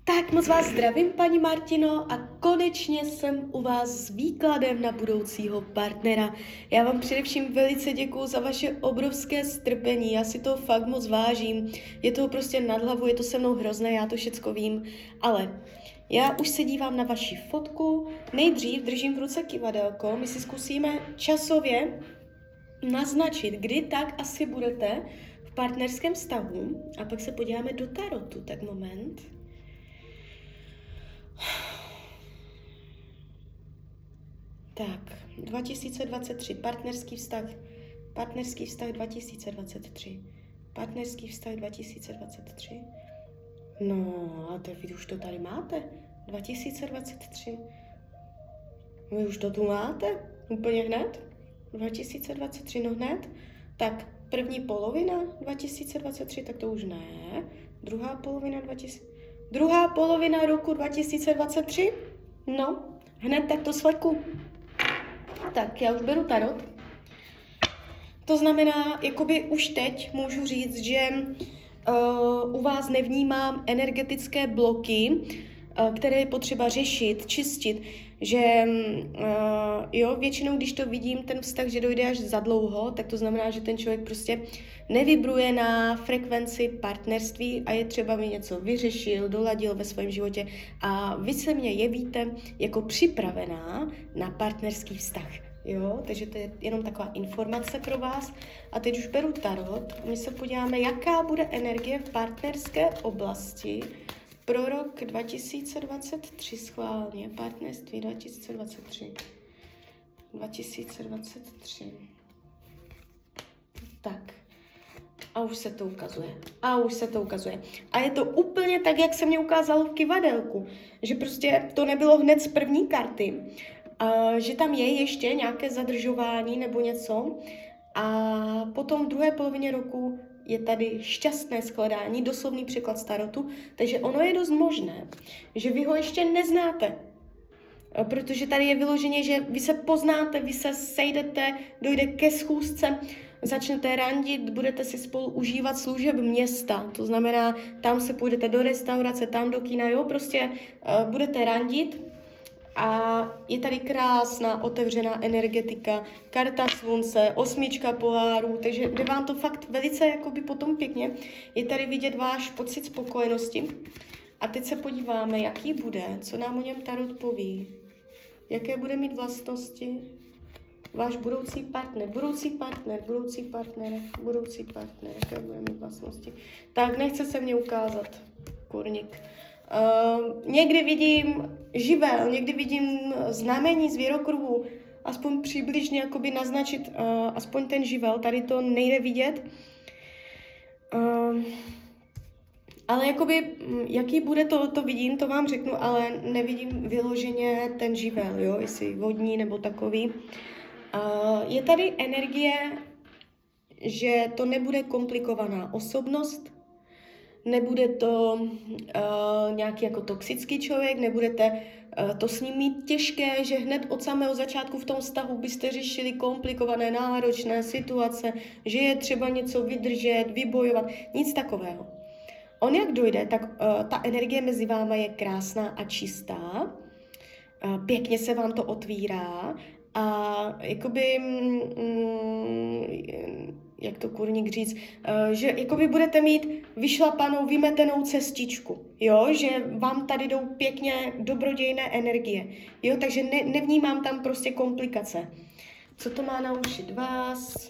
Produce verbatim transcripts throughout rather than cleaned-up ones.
Tak moc vás zdravím, paní Martino, a konečně jsem u vás s výkladem na budoucího partnera. Já vám především velice děkuju za vaše obrovské strpení, já si to fakt moc vážím. Je to prostě nad hlavu, je to se mnou hrozné, já to všecko vím, ale já už se dívám na vaši fotku, nejdřív držím v ruce kivadelko, my si zkusíme časově naznačit, kdy tak asi budete v partnerském vztahu a pak se podíváme do tarotu, tak moment. Tak, dva tisíce dvacet tři, partnerský vztah, partnerský vztah dva tisíce dvacet tři, partnerský vztah dva tisíce dvacet tři. No, a to vy už to tady máte, dva tisíce dvacet tři. Vy už to tu máte, úplně hned, dva tisíce dvacet tři, no hned. Tak, první polovina dva tisíce dvacet tři, tak to už ne, druhá polovina dva tisíce... Druhá polovina roku dva tisíce dvacet tři? No, hned tak to sleku. Tak, já už beru tarot. To znamená, jakoby už teď můžu říct, že uh, u vás nevnímám energetické bloky, uh, které je potřeba řešit, čistit, že uh, jo, většinou, když to vidím, ten vztah, že dojde až za dlouho, tak to znamená, že ten člověk prostě nevibruje na frekvenci partnerství a je třeba, aby něco vyřešil, doladil ve svém životě a vy se mě jevíte jako připravená na partnerský vztah. Jo, takže to je jenom taková informace pro vás. A teď už beru tarot a my se podíváme, jaká bude energie v partnerské oblasti pro rok dva tisíce dvacet tři, schválně, partnerství dva tisíce dvacet tři. dva tisíce dvacet tři. Tak. A už se to ukazuje. A už se to ukazuje. A je to úplně tak, jak se mě ukázalo v kivadelku. Že prostě to nebylo hned z první karty. A že tam je ještě nějaké zadržování nebo něco. A potom v druhé polovině roku je tady šťastné shledání, doslovný překlad z tarotu. Takže ono je dost možné, že vy ho ještě neznáte. Protože tady je vyloženě, že vy se poznáte, vy se sejdete, dojde ke schůzce, začnete randit, budete si spolu užívat služeb města. To znamená, tam se půjdete do restaurace, tam do kina, jo, prostě uh, budete randit a je tady krásná otevřená energetika, karta slunce, osmička pohárů, takže jde vám to fakt velice jakoby potom pěkně. Je tady vidět váš pocit spokojenosti. A teď se podíváme, jaký bude, co nám o něm tarot poví, jaké bude mít vlastnosti váš budoucí partner, budoucí partner, budoucí partner, budoucí partner, jaké bude mít vlastnosti. Tak, nechce se mě ukázat, kurník. Uh, někdy vidím živel, někdy vidím znamení zvěrokruhu, aspoň přibližně jakoby naznačit uh, aspoň ten živel, tady to nejde vidět. Uh, ale jakoby, jaký bude to, to vidím, to vám řeknu, ale nevidím vyloženě ten živel, jo, jestli vodní nebo takový. Uh, je tady energie, že to nebude komplikovaná osobnost, nebude to uh, nějaký jako toxický člověk, nebudete uh, to s ním mít těžké, že hned od samého začátku v tom vztahu byste řešili komplikované, náročné situace, že je třeba něco vydržet, vybojovat, nic takového. On jak dojde, tak uh, ta energie mezi váma je krásná a čistá, uh, pěkně se vám to otvírá a jakoby, mm, jak to kurník říct, uh, že jakoby budete mít vyšlapanou, vymetenou cestičku, jo, že vám tady jdou pěkně dobrodějné energie, jo, takže ne, nevnímám tam prostě komplikace. Co to má naučit vás?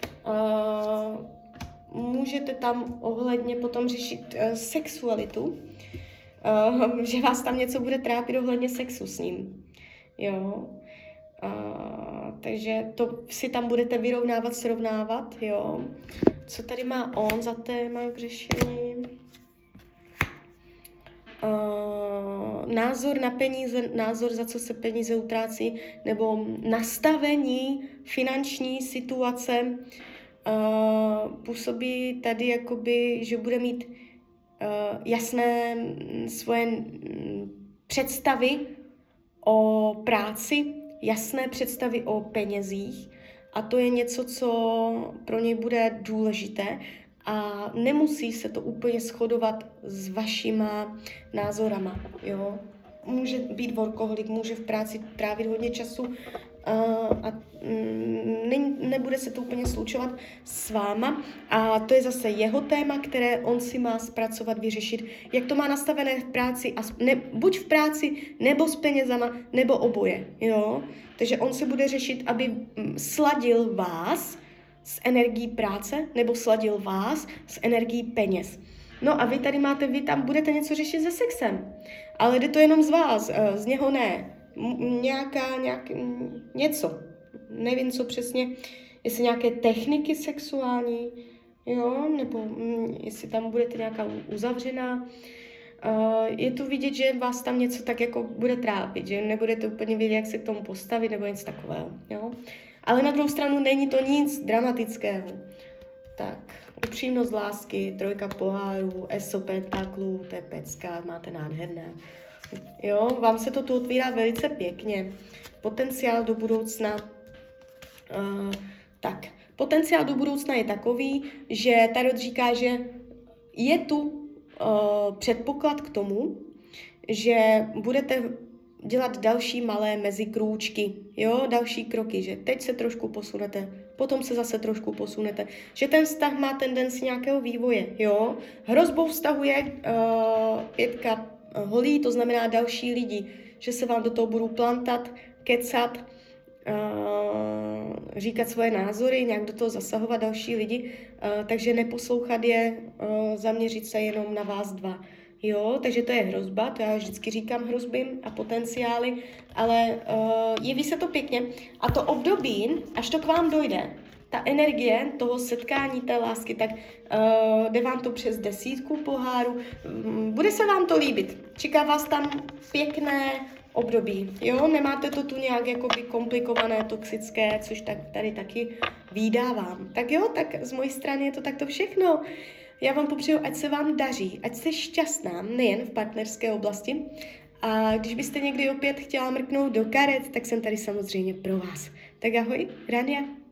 Uh, Můžete tam ohledně potom řešit uh, sexualitu, uh, že vás tam něco bude trápit ohledně sexu s ním. Jo. Uh, takže to si tam budete vyrovnávat, srovnávat. Jo. Co tady má on za téma k řešení? Uh, názor na peníze, názor, za co se peníze utrácí, nebo nastavení finanční situace. Uh, působí tady jakoby, že bude mít uh, jasné m, svoje m, představy o práci, jasné představy o penězích a to je něco, co pro něj bude důležité a nemusí se to úplně shodovat s vašima názorama, jo. Může být workoholik, může v práci trávit hodně času uh, a mm, ne, nebude se to úplně slučovat s váma a to je zase jeho téma, které on si má zpracovat, vyřešit, jak to má nastavené v práci, a ne, buď v práci, nebo s penězama, nebo oboje, jo. Takže on se bude řešit, aby sladil vás s energií práce, nebo sladil vás s energií peněz. No a vy tady máte, vy tam budete něco řešit se sexem, ale jde to jenom z vás, z něho ne. M- nějaká, nějak, něco, nevím co přesně, jestli nějaké techniky sexuální, jo, nebo m, jestli tam budete nějaká uzavřená. Uh, je tu vidět, že vás tam něco tak jako bude trápit, že nebudete úplně vědět, jak se k tomu postavit, nebo něco takového, jo. Ale na druhou stranu není to nic dramatického. Tak, upřímnost lásky, trojka pohárů, eso pentaklů, to je pecka, máte nádherné. Jo, vám se to tu otvírá velice pěkně. Potenciál do budoucna, uh, tak, potenciál do budoucna je takový, že Tarot říká, že je tu uh, předpoklad k tomu, že budete dělat další malé mezikrůčky, jo, další kroky, že teď se trošku posunete, potom se zase trošku posunete, že ten vztah má tendenci nějakého vývoje, jo. Hrozbou vztahu je uh, pětka holí, to znamená další lidi, že se vám do toho budou plantat, kecat, uh, říkat svoje názory, nějak do toho zasahovat další lidi, uh, takže neposlouchat je, uh, zaměřit se jenom na vás dva. Jo, takže to je hrozba, to já vždycky říkám hrozby a potenciály, ale uh, jeví se to pěkně a to období, až to k vám dojde, ta energie toho setkání, té lásky, tak uh, jde vám to přes desítku poháru, um, bude se vám to líbit, čeká vás tam pěkné období, jo, nemáte to tu nějak jakoby komplikované, toxické, což tak, tady taky vídávám. Tak jo, tak z mojí strany je to takto všechno. Já vám popřeju, ať se vám daří, ať jste šťastná, nejen v partnerské oblasti. A když byste někdy opět chtěla mrknout do karet, tak jsem tady samozřejmě pro vás. Tak ahoj, Rania.